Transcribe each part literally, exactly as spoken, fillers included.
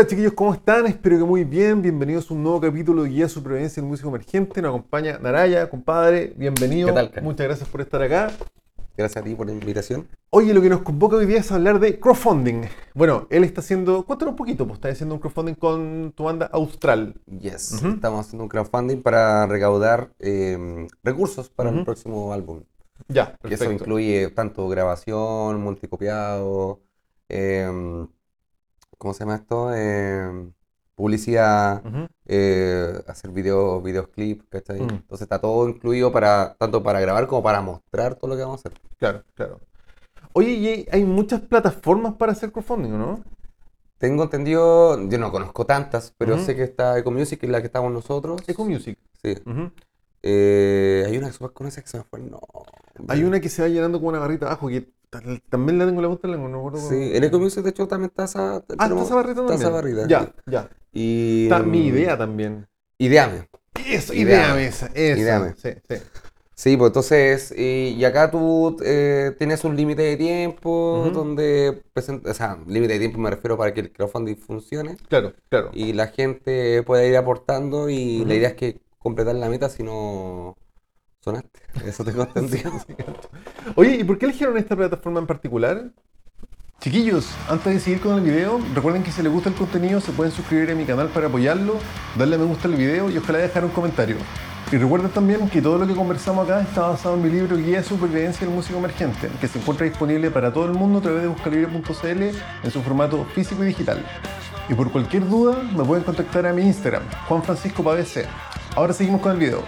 Hola chiquillos, ¿cómo están? Espero que muy bien. Bienvenidos a un nuevo capítulo de Guía de Supervivencia en Músico Emergente. Nos acompaña Naraya, compadre. ¿Qué Bienvenido. tal, Cari? Muchas gracias por estar acá. Gracias a ti por la invitación. Oye, lo que nos convoca hoy día es hablar de crowdfunding. Bueno, él está haciendo... Cuéntanos un poquito, pues está haciendo un crowdfunding con tu banda Austral. Yes, Ujú, estamos haciendo un crowdfunding para recaudar eh, recursos para el ujú. próximo álbum. Ya, Que eso perfecto. incluye tanto grabación, multicopiado, em, ¿cómo se llama esto? Em, publicidad, Ujú, eh, hacer videos, videoclips, ¿cachai? mm, Entonces está todo incluido para, tanto para grabar como para mostrar todo lo que vamos a hacer. claro, claro. Oye, y hay hay muchas plataformas para hacer crowdfunding, ¿o no? Tengo entendido, yo no conozco tantas, pero Ujú. sé que está EcoMusic, que es la que estamos nosotros. EcoMusic. Sí. Ujú. Eh, hay una que súper conoce que se me fue el Hay nombre. una que se va llenando con una barrita abajo que tal- también la tengo en la punta de la lengua, no me acuerdo Sí, en cómo- EcoMusic de hecho también está esa, Ah, está tenemos, esa barrita está esa también. barrida, sí. Ya, ya. Y Está mi mm, idea también. Ideame, Eso, idea Ideame, esa, esa. Ideame. Sí, sí. Sí, pues entonces, y, y acá tú eh, tienes un límite de tiempo Ujú. donde, present- o sea, límite de tiempo me refiero para que el crowdfunding funcione Claro, claro. y la gente pueda ir aportando y la Ujú. idea es que completar la meta si no sonaste, eso tengo Sí, entendido. sí. Oye, ¿y por qué eligieron esta plataforma en particular? Chiquillos, antes de seguir con el video, recuerden que si les gusta el contenido se pueden suscribir a mi canal para apoyarlo, darle a me gusta al video y ojalá dejar un comentario. Y recuerden también que todo lo que conversamos acá está basado en mi libro Guía de Supervivencia del Músico Emergente, que se encuentra disponible para todo el mundo a través de buscalibre punto c l en su formato físico y digital. Y por cualquier duda me pueden contactar a mi Instagram, Juan Francisco Pavese. Ahora seguimos con el video.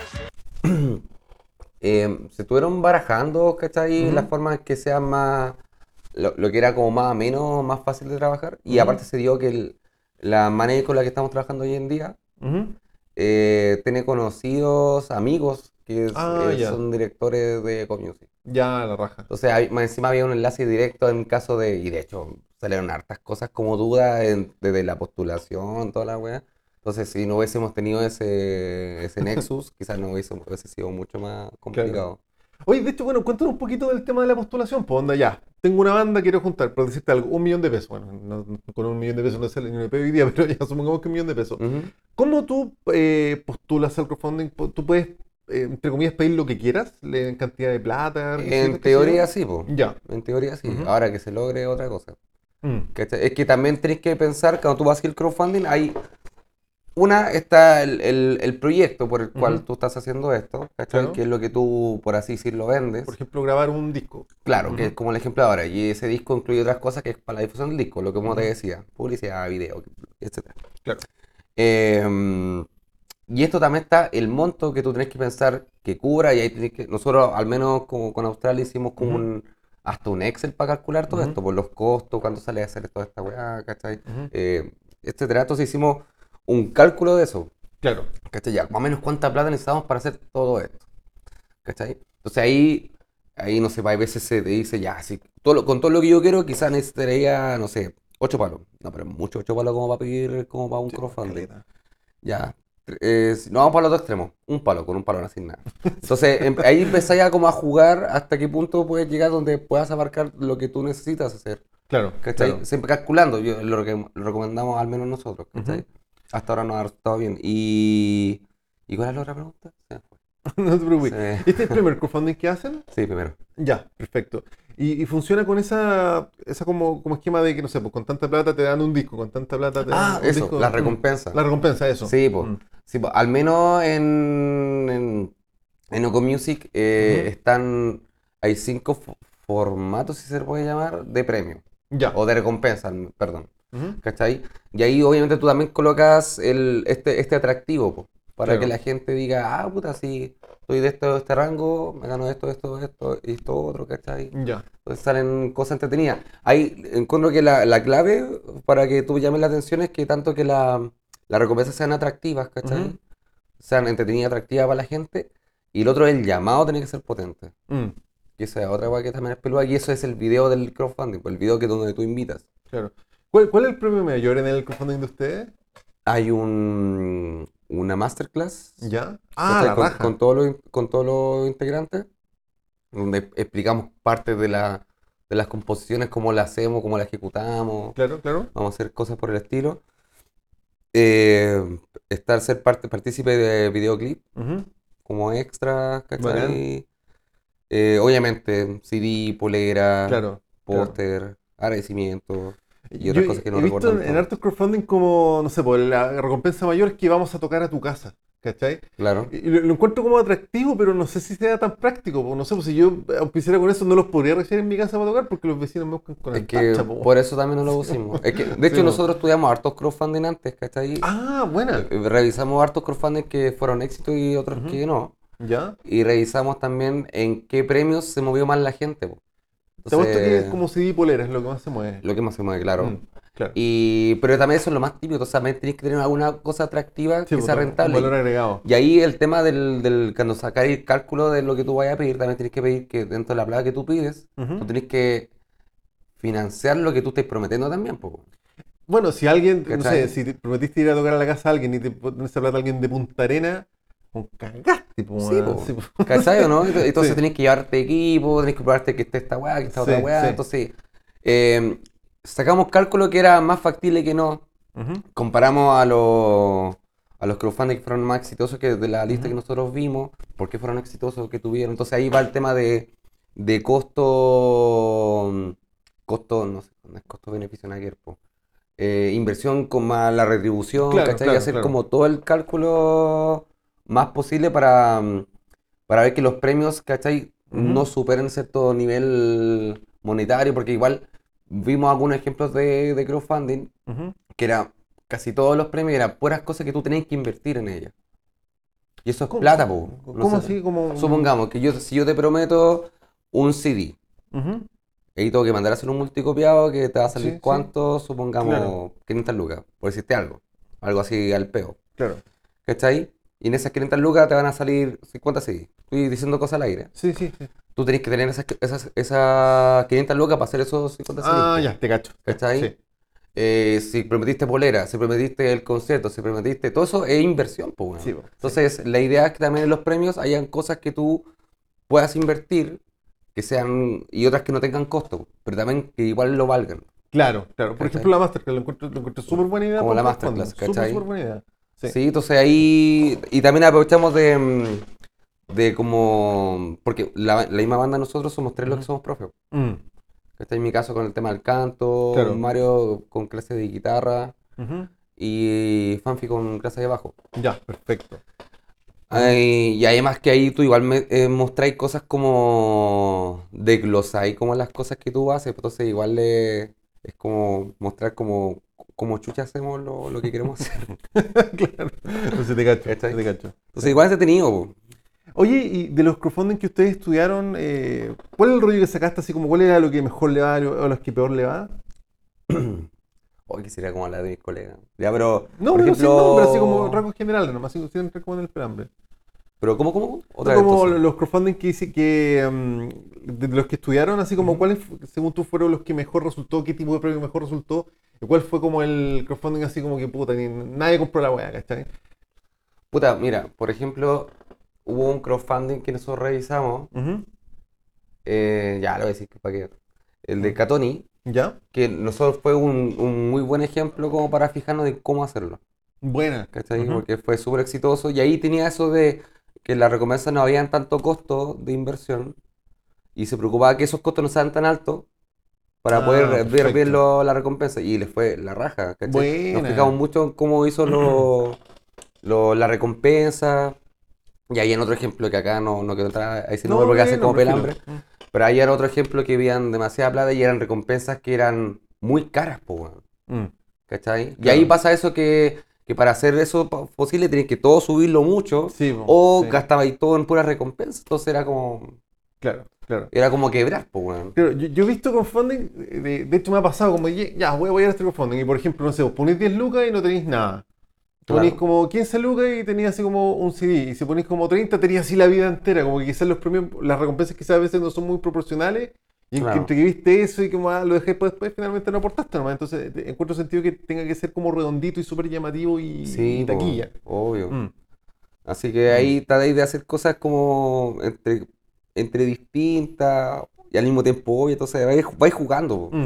Eh, se estuvieron barajando, ¿cachai? La Ujú, forma en que sea más, lo, lo que era como más ameno, más fácil de trabajar. Y ujú, aparte se dio que el- la manera con la que estamos trabajando hoy en día ujú. eh, tiene conocidos amigos que es- Ah, eh, ya. son directores de EcoMusic. Ya, la raja. Entonces, hay- más encima había un enlace directo en caso de, y de hecho salieron hartas cosas como dudas en- desde la postulación, toda la weá. Entonces, si no hubiésemos tenido ese, ese nexus, quizás no hubiese, hubiese sido mucho más Claro. complicado. Oye, de hecho, bueno, cuéntanos un poquito del tema de la postulación. Pues onda, ya. Tengo una banda, quiero juntar, por decirte algo, un millón de pesos. Bueno, no- no- con un millón de pesos no sale ni un E P hoy día, pero ya supongamos que un millón de pesos. Ujú. ¿Cómo tú eh, postulas al crowdfunding? Po- ¿Tú puedes, eh, entre comillas, pedir lo que quieras? Le- En cantidad de plata, En requisitos, qué sé yo. teoría sí, po. Ya. En teoría sí. Ujú. Ahora que se logre otra cosa. Mm. ¿Cachai? Es que también tenés que pensar, cuando tú vas a hacer el crowdfunding, hay una, está el, el- el proyecto por el cual Ujú. tú estás haciendo esto, ¿cachai? Claro. Que es lo que tú, por así decirlo, Por vendes. ejemplo, grabar un disco. Claro, que es Ujú, como el ejemplo ahora. Y ese disco incluye otras cosas que es para la difusión del disco, lo que como te ujú. decía, publicidad, video, etcétera. Claro. Em, y esto también está el monto que tú tenés que pensar que cubra, y ahí tenés que, nosotros al menos como con Australia hicimos como Ujú, un, hasta un Excel para calcular todo ujú, esto, por los costos, cuánto sale a hacer toda esta weá, ¿cachai? ujú. Eh, etcétera. Entonces hicimos un cálculo de eso, Claro. ¿cachai? Ya, más o menos cuánta plata necesitamos para hacer todo esto, ¿cachai? Entonces ahí, ahí no sé, hay veces se te dice, ya, si todo lo- con todo lo que yo quiero, quizás necesitaría, no sé, ocho palos. No, pero mucho ocho palos como para pedir, como para un Sí, pues, crowdfunding. caleta. Ya. Eh, si- no vamos para los dos extremos. Un palo, con un palo no haces nada. Entonces, em- ahí empezáis a como a jugar hasta qué punto puedes llegar donde puedas abarcar lo que tú necesitas hacer. Claro, ¿Cachai? claro. Siempre calculando, yo, lo, que lo recomendamos al menos nosotros, Ujú. ¿cachai? Hasta ahora nos ha resultado bien. Y... ¿Y cuál es la otra pregunta? Se me fue. No te preocupes. Se- ¿Este es el primer crowdfunding que hacen? Sí, primero. Ya, perfecto. Y, y funciona con esa, esa como, como esquema de que, no sé, pues con tanta plata te dan un disco, con tanta plata te dan Ah, un eso, disco. la Mm, recompensa. la recompensa, eso. Sí, pues. Mm, Sí, po. Al menos en, en, en Ocomusic eh, ujú. están, hay cinco fo- formatos, si se le puede llamar, de premio. Ya. O de recompensa, al- perdón. Ujú. ¿Cachai? Y ahí obviamente tú también colocas el, este, este atractivo, po, para que Claro. la gente diga, ah, puta, si estoy de este, de este rango, me gano esto, esto, esto y esto otro, ¿cachai? Ya. Entonces salen cosas entretenidas. Ahí encuentro que la, la clave para que tú llames la atención es que tanto que la, las recompensas sean atractivas, Ujú. ¿cachai? Sean entretenidas, atractivas para la gente. Y el otro, el llamado tiene que ser potente. Mm, Y esa es otra cosa que también es peluda. Y eso es el video del crowdfunding, pues, el video que donde tú invitas. claro. ¿Cuál, cuál es el premio mayor en el crowdfunding de ustedes? Hay un, una masterclass, Ya. Ah, ¿cachai? la Con, raja. con todos los, in- con todos los integrantes, donde explicamos parte de la, de las composiciones, cómo las hacemos, cómo las ejecutamos. Claro, claro. Vamos a hacer cosas por el estilo. Eh, estar, ser parte, partícipe de videoclip Ujú. como extra, Bacán. ¿cachai? Eh, obviamente, C D, polera, Claro, claro. póster, agradecimiento y Yo otras cosas he que he no visto recuerdo en, del en todo. hartos crowdfunding como, no sé, pues la recompensa mayor es que vamos a tocar a tu casa, ¿cachai? Claro. Y lo, lo encuentro como atractivo, pero no sé si sea tan práctico, pues no sé, pues si yo auspiciara con eso no los podría recibir en mi casa para tocar porque los vecinos me buscan con Es antorcha, que pues. por eso también no lo Sí, pusimos. po. Es que, de Sí, hecho, po. nosotros estudiamos hartos crowdfunding antes, ¿cachai? Ah, Eh, buena. eh, Revisamos hartos crowdfunding que fueron éxitos y otros Ujú. que no. ¿Ya? Y revisamos también en qué premios se movió más la gente, po. Te apuesto que es Entonces, como C D polera, es lo que más se mueve. lo que más se mueve, claro. Mm, claro. Y, pero también eso es lo más típico, o sea, también tienes que tener alguna cosa atractiva Sí, que pues, sea to- un rentable. valor Y, agregado. y ahí el tema del, del cuando sacáis el cálculo de lo que tú vayas a pedir, también tienes que pedir que dentro de la plata que tú pides, tú Ujú. tienes que financiar lo que tú estés prometiendo también, po, Bueno, si alguien, no sé, ¿cachai? si te prometiste ir a tocar a la casa a alguien y te pones esa plata a alguien de Punta Arena, con cagaste, pues, Sí, weón. po. Sí, po. ¿Cachai o no? Ent- Entonces Sí, tenés que llevarte equipo, tenés que probarte que esté esta weá, que esta otra sí, weá. sí. Entonces, eh, sacamos cálculo que era más factible que no. Ujú, Comparamos a los, a los crowdfunding que fueron más exitosos que de la lista que ujú. nosotros vimos, por qué fueron exitosos que tuvieron. Entonces ahí va el tema de, de costo, costo, no sé, no es costo-beneficio nada que ver, po. Eh, inversión con más la retribución, Claro, ¿cachai? Y claro, hacer claro. como todo el cálculo más posible para, mm, para ver que los premios, ¿cachai? Ujú, No superen cierto nivel monetario, porque igual vimos algunos ejemplos de, de crowdfunding ujú. que era casi todos los premios eran puras cosas que tú tenías que invertir en ellas. Y eso es ¿Cómo, plata, po. cómo- No cómo sé. así? Como un- Supongamos que yo, si yo te prometo un C D, Ujú. y tengo que mandar a hacer un multicopiado que te va a salir Sí, sí, cuánto, claro, supongamos quinientas lucas, por decirte algo. Algo así al peo. claro. ¿Cachai? Y en esas quinientas lucas te van a salir cincuenta C D. Estoy diciendo cosas al aire. Sí, sí, sí. Tú tenés que tener esas, esas, esas quinientas lucas para hacer esos cincuenta C D, Ah, po. ya, te cacho. Sí, ¿Cachai? sí, Eh, si prometiste polera, si prometiste el concierto, si prometiste. Todo eso es inversión, pues, sí, weón. po, sí. Entonces, la idea es que también en los premios hayan cosas que tú puedas invertir, que sean. Y otras que no tengan costo, pero también que igual lo valgan. Claro, claro. Por ejemplo, ¿Cachai? la Mastercard, lo encuentro, lo encuentro súper buena idea Como para un la crowdfunding. Masterclass, Súper, súper ¿cachai? buena idea. Sí. Sí, entonces ahí. Y también aprovechamos de. mm, De como. Porque la, la misma banda nosotros somos tres los que Ujú. somos profes. Mm, ¿Cachai? En mi caso con el tema del canto, claro. Mario con clases de guitarra Ujú. y Fanfi con clases de bajo. Ya, perfecto. Mm, Ay, y además que ahí tú igual me eh, mostráis cosas como desglosáis como las cosas que tú haces, entonces igual le, es como mostrar como, como chucha hacemos lo, lo que queremos hacer. claro. Entonces te cacho, ¿Cachai? te cacho. Sí. Entonces igual es entretenido, po. Oye, y de los crowdfunding que ustedes estudiaron, eh, ¿cuál es el rollo que sacaste? Así como, ¿cuál era lo que mejor le va o los que peor le va? Hoy quisiera como la de mis colegas. Ya, pero, No, por no, no, sin nombre, así como ejemplo, rasgos generales, nomás, sin, sin entrar como en el preámbulo. pero ¿cómo, cómo? No, Otra vez como entonces. los crowdfunding que hice que, mm, de de los que estudiaron, así como, Ujú. ¿cuáles, fu- según tú, fueron los que mejor resultó? ¿Qué tipo de premio mejor resultó? ¿Y cuál fue como el crowdfunding así como que, puta, ni- nadie compró la weá, ¿cachai? Puta, mira, por ejemplo, hubo un crowdfunding que nosotros revisamos, Ujú, eh, ya lo voy a decir que para qué. El de mm. Catoni, ¿Ya? que nosotros fue un, un muy buen ejemplo como para fijarnos de cómo hacerlo, Buena. ¿cachai? Ujú. Porque fue súper exitoso y ahí tenía eso de que las recompensas no habían tanto costo de inversión y se preocupaba que esos costos no sean tan altos para Ah, poder ver bien perfecto. lo- la recompensa y le fue la raja, ¿cachai? Nos fijamos Buena. mucho en cómo hizo lo, lo- la recompensa y ahí en otro ejemplo que acá no, no quiero entrar a ese No, número no porque tiene hace como nombre, filo. pelambre, Mm. pero ahí era otro ejemplo que habían demasiada plata y eran recompensas que eran muy caras, po, weón. Mm, ¿Cachai? Y ahí claro. pasa eso que, que para hacer eso po- posible tienes que todo subirlo mucho Sí, po, o sí. gastaba ahí todo en pura recompensa. Entonces era como, Claro, claro. era como quebrar, pues, weón. Claro, yo, yo he visto crowdfunding, eh, de, de hecho me ha pasado como, ye- ya, voy, voy a ir a este crowdfunding y por ejemplo, no sé, vos ponéis diez lucas y no tenéis nada. Ponéis Claro. como quince lucas y tenías así como un C D. Y si ponéis como treinta tenías así la vida entera. Como que quizás los premios, las recompensas quizás a veces no son muy proporcionales. Y en que Claro. entre que viste eso y como ah, lo dejé para después, finalmente no aportaste nomás. Entonces, te- encuentro sentido que tenga que ser como redondito y súper llamativo y, y Sí, pues, taquilla. obvio. Mm, Así que mm. ahí tratáis de hacer cosas como entre, entre distintas y al mismo tiempo obvio. Entonces vais, vais jugando, po. Mm.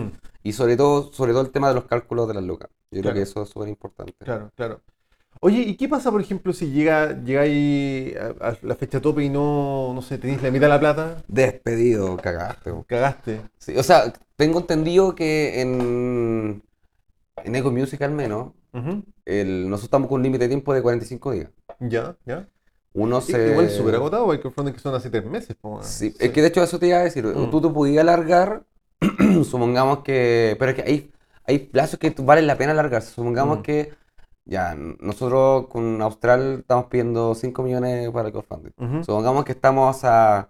Y sobre todo, sobre todo el tema de los cálculos de las lucas. Yo creo Claro, que eso es súper importante. claro, claro. Oye, ¿y qué pasa, por ejemplo, si llega, llegáis a, a la fecha tope y no, no sé, tenéis la mitad de la plata? Despedido, cagaste. bo. Cagaste. Sí, o sea, tengo entendido que en, en Eco Music al menos, Ujú. el, nosotros estamos con un límite de tiempo de cuarenta y cinco días. Ya, ya. Uno I- Igual es súper se... agotado, hay crowdfunding que son así tres meses, po, weón. Sí, Sí. es que de hecho eso te iba a decir, Mm, tú te podías alargar, supongamos que, pero es que hay, hay plazos que valen la pena alargarse, supongamos mm, que ya nosotros con Austral estamos pidiendo cinco millones para el crowdfunding, ujú, supongamos que estamos a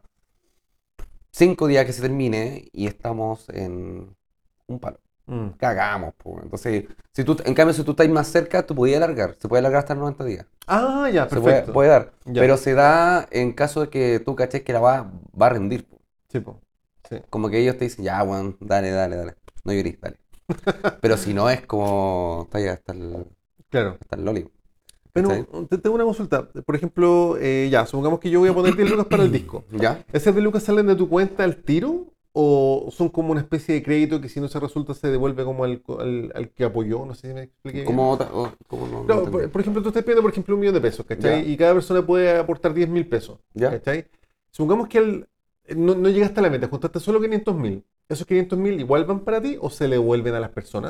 cinco días que se termine y estamos en un palo, mm. cagamos, pues. Entonces, si tú, en cambio si tú estás más cerca, tú podías alargar, se puede alargar hasta noventa días. Ah, ya, Se puede, perfecto. puede dar, Ya, pero se da en caso de que tú caches que la va, va a rendir, po. sí, po. Sí. Como que ellos te dicen, ya, weón, dale, dale, dale. No llorís, dale. Pero si no, es como, está ya, hasta el, Claro. hasta el loli. Bueno, ¿Cachai? te tengo una consulta. Por ejemplo, eh, ya, supongamos que yo voy a poner diez lucas para el disco. ¿Ya? ¿Esas diez lucas salen de tu cuenta al tiro? ¿O son como una especie de crédito que si no se resulta se devuelve como al, al- al que apoyó? No sé si me expliqué bien. ¿Cómo, otra- o- cómo no, no Claro, entendí? por, por ejemplo, tú estás pidiendo, por ejemplo, un millón de pesos, ¿cachai? ¿Ya? Y cada persona puede aportar diez mil pesos, ¿Ya? ¿cachai? Supongamos que el- no, no llegaste a la meta, juntaste solo quinientos mil. ¿Esos quinientos mil igual van para ti o se le devuelven a las personas?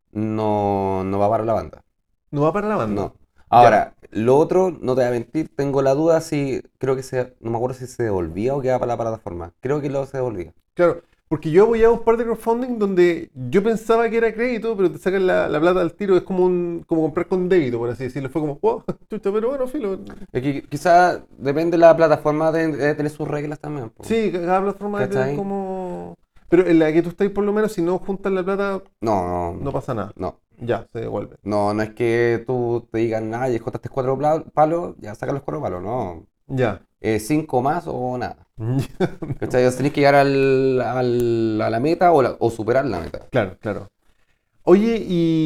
No, no va para la banda. No va para la banda. No. Ya, Ahora, lo otro, no te voy a mentir, tengo la duda si, creo que se, no me acuerdo si se devolvía o quedaba para la plataforma. Creo que lo se devolvía. claro. Porque yo apoyaba un par de crowdfunding donde yo pensaba que era crédito, pero te sacan la, la plata al tiro. Es como un como comprar con débito, por así decirlo. Fue como, wow, chucha, pero bueno, filo. Es que quizás depende de la plataforma, de, de tener sus reglas también, po. Sí, cada plataforma debe tener ¿Cachai? como... Pero en la que tú estás, por lo menos, si no juntas la plata, No, no no, pasa nada. no. Ya, se devuelve. No, no es que tú te digan, nada, y juntaste cuatro pla- palos, ya saca los cuatro palos, no. Ya. Eh, cinco más o nada. ¿Cachai? O sea, tenés que llegar al, al- a la meta o, la- o superar la meta. Claro, claro. Oye,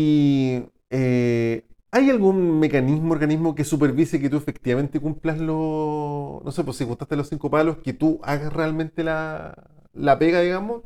y eh, ¿hay algún mecanismo, organismo que supervise que tú efectivamente cumplas los, no sé, pues si gustaste los cinco palos, que tú hagas realmente la, la pega, digamos?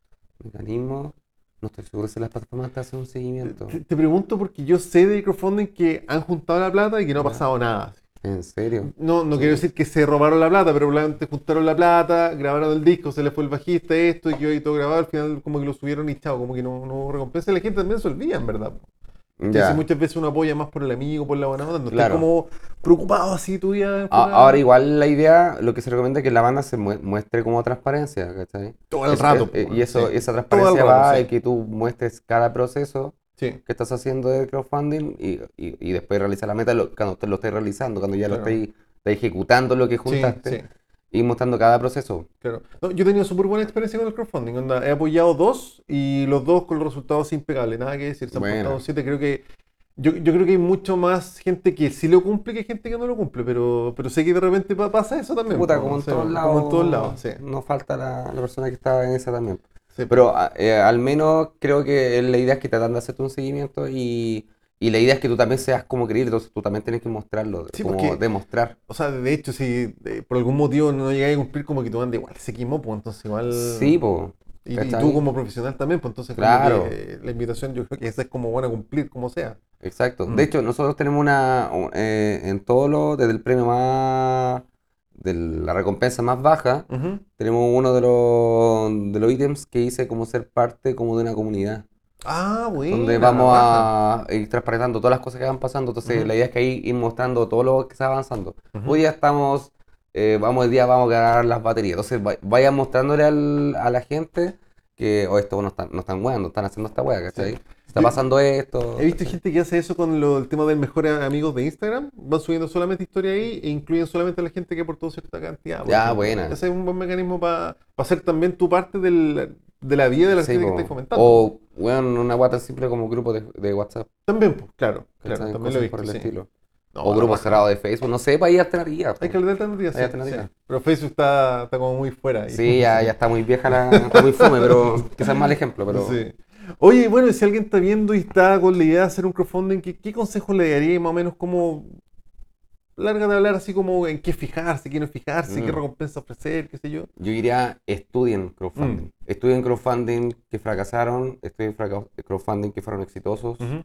Mecanismo, no estoy seguro si las plataformas te hacen un seguimiento. Te, te pregunto porque yo sé de crowdfunding que han juntado la plata y que no ha Ya. pasado nada. ¿En serio? No, no Sí. quiero decir que se robaron la plata, pero probablemente juntaron la plata, grabaron el disco, se le fue el bajista, esto, y quedó ahí todo grabado, al final como que lo subieron y chao, como que no, no hubo recompensa. Y la gente también se olvida, en verdad. Que si Ya. muchas veces uno apoya más por el amigo, por la buena onda, no estás Claro. como preocupado así tu vida A- enfocada Ahora igual la idea, lo que se recomienda es que la banda se mue- muestre como transparencia, ¿cachai? todo el Es- rato. es- eh, po, y eso, sí. esa Todo el transparencia rato, va sí. en que tú muestres cada proceso Sí, que estás haciendo de crowdfunding y, y, y después realizar la meta lo- cuando usted lo esté realizando, cuando ya lo claro. estés estés ejecutando lo que Sí, juntaste sí, y mostrando cada proceso. claro. No, yo he tenido súper buena experiencia con el crowdfunding. Onda, he apoyado dos y los dos con los resultados impecables. Nada que decir, se han Buena. portado siete. Creo que yo, yo creo que hay mucho más gente que sí lo cumple que gente que no lo cumple, pero, pero sé que de repente pa- pasa eso también. Puta, po, como no en sé, todos lados. como en todos lados, sí. No falta la, la persona que está en esa también. Sí, Pero a- eh, al menos creo que la idea es que te dan de hacerte un seguimiento y, y la idea es que tú también seas como creíble, entonces tú también tienes que mostrarlo, Sí, como porque- demostrar. O sea, de hecho, si eh, por algún motivo no llegáis a cumplir, como que tu banda igual se quemó, pues entonces igual... Sí, po. Y, y ¿cachai? tú como profesional también, pues entonces como Claro. que, eh, la invitación yo creo que esa es como buena cumplir, como sea. Exacto. Mm. De hecho, nosotros tenemos una, un- eh, en todo lo, desde el premio más, de la recompensa más baja, Ujú. tenemos uno de los, de los ítems que dice como ser parte como de una comunidad, Ah, bueno. donde vamos a ir transparentando todas las cosas que van pasando. Entonces, Ujú. la idea es que ahí ir mostrando todo lo que está avanzando. Ujú. Hoy día estamos, eh, vamos, hoy día vamos a cargar las baterías. Entonces, va- vaya mostrándole al- a la gente que, oh, esto no están, no están weando, están haciendo esta wea, ¿cachai? Sí. Está Yo- pasando esto. He visto ¿cachai? gente que hace eso con lo- el tema del mejor a- amigos de Instagram. Van subiendo solamente historia ahí e incluyen solamente a la gente que aportó cierta cantidad. por Ya, ejemplo. buena. Ese es un buen mecanismo para hacer también tu parte del- de la vida de la Sí, gente que po. estáis fomentando. O, bueno, una guata simple como grupo de, de WhatsApp, También, pues, claro, claro, ¿cachai? también lo he Cosas visto, por el sí. estilo. No, O la grupos raja. cerrados de Facebook, no sé, para ir alternativas. Hay po. que hablar de alternativas, Hay sí, alternativas. sí. Pero Facebook está, está como muy fuera. ahí. Sí, ya, ya está muy vieja la, está muy fome, pero quizás mal ejemplo, pero Sí. Oye, bueno, y si alguien está viendo y está con la idea de hacer un crowdfunding, ¿qué, qué consejos le daría más o menos como lárgate a hablar así como en qué fijarse, qué no fijarse, Mm. qué recompensa ofrecer, qué sé yo. Yo diría, estudien crowdfunding. Mm. Estudien crowdfunding que fracasaron, estudien fraca- crowdfunding que fueron exitosos. Ujú.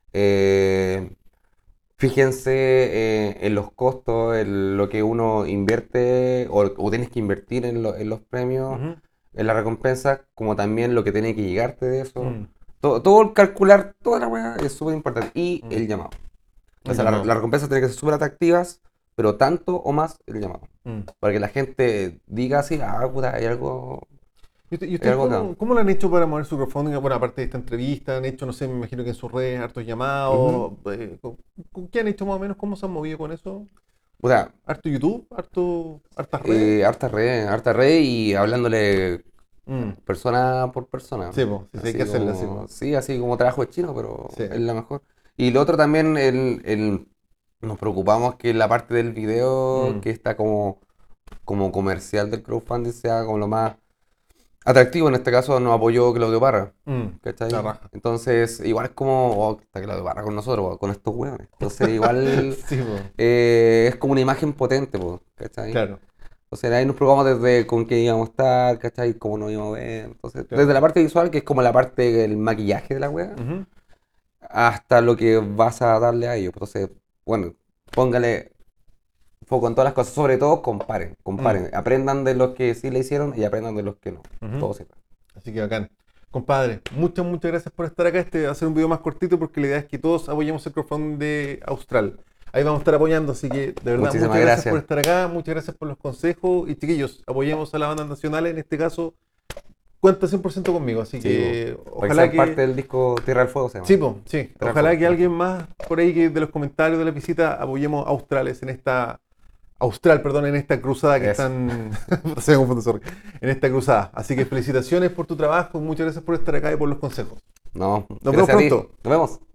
Eh, Fíjense eh, en los costos, en lo que uno invierte o, o tienes que invertir en, lo- en los premios, Ujú. en la recompensa, como también lo que tiene que llegarte de eso. Mm. Todo, todo el calcular toda la weá es súper importante. Y Mm. el llamado. O El sea, la- llamado. las recompensas tienen que ser súper atractivas, pero tanto o más el llamado. Mm. Para que la gente diga así, ah, puta, hay algo. ¿Y usted- y hay ustedes algo acá. cómo, cómo lo han hecho para mover su crowdfunding? Bueno, aparte de esta entrevista, han hecho, no sé, me imagino que en sus redes, hartos llamados. eh, ¿con- con ¿Qué han hecho más o menos? ¿Cómo se han movido con eso? O sea, ¿Harto YouTube? ¿Harto, hartas redes? eh, harta red, harta red y hablándole Mm. persona por persona. Sí, po, sí, sí, hay Así que hacerlo así, como- po. sí, así como trabajo de chino, pero Sí. es la mejor. Y lo otro también, el, el- nos preocupamos que la parte del video, Mm. que está como, como comercial del crowdfunding, sea como lo más atractivo. En este caso nos apoyó Claudio Parra, Mm. ¿cachai? La raja. Entonces, igual es como, oh, está Claudio Parra con nosotros, con estos hueones. Entonces, igual Sí, po, eh, es como una imagen potente, po, ¿cachai? claro. O sea, ahí nos preocupamos desde con qué íbamos a estar, ¿cachai? Cómo nos íbamos a ver. Entonces, Claro. desde la parte visual, que es como la parte del maquillaje de la wea, Ujú. hasta lo que vas a darle a ellos. Entonces, bueno, póngale foco en todas las cosas. Sobre todo, comparen, comparen. Aprendan de los que sí le hicieron y aprendan de los que no. Ujú. Todo sirve. Así que bacán. Compadre, muchas, muchas gracias por estar acá. Este va a ser un video más cortito porque la idea es que todos apoyemos el crowdfunding de Austral. Ahí vamos a estar apoyando, así que de verdad, Muchísimas muchas gracias, gracias. por estar acá, muchas gracias por los consejos y chiquillos, apoyemos a las bandas nacionales, en este caso, cuenta cien por ciento conmigo, así Sí, que po. Para que ojalá sean que... parte del disco Tierra del Fuego, se llama. Sí, po, sí, Tierra ojalá del que Fuego. alguien más por ahí que de los comentarios de la visita apoyemos a Australes en esta... Austral, perdón, en esta cruzada que Eso. están... Se me confunde, sorry. En esta cruzada. Así que felicitaciones por tu trabajo, muchas gracias por estar acá y por los consejos. No, Nos vemos gracias a ti. pronto. Nos vemos.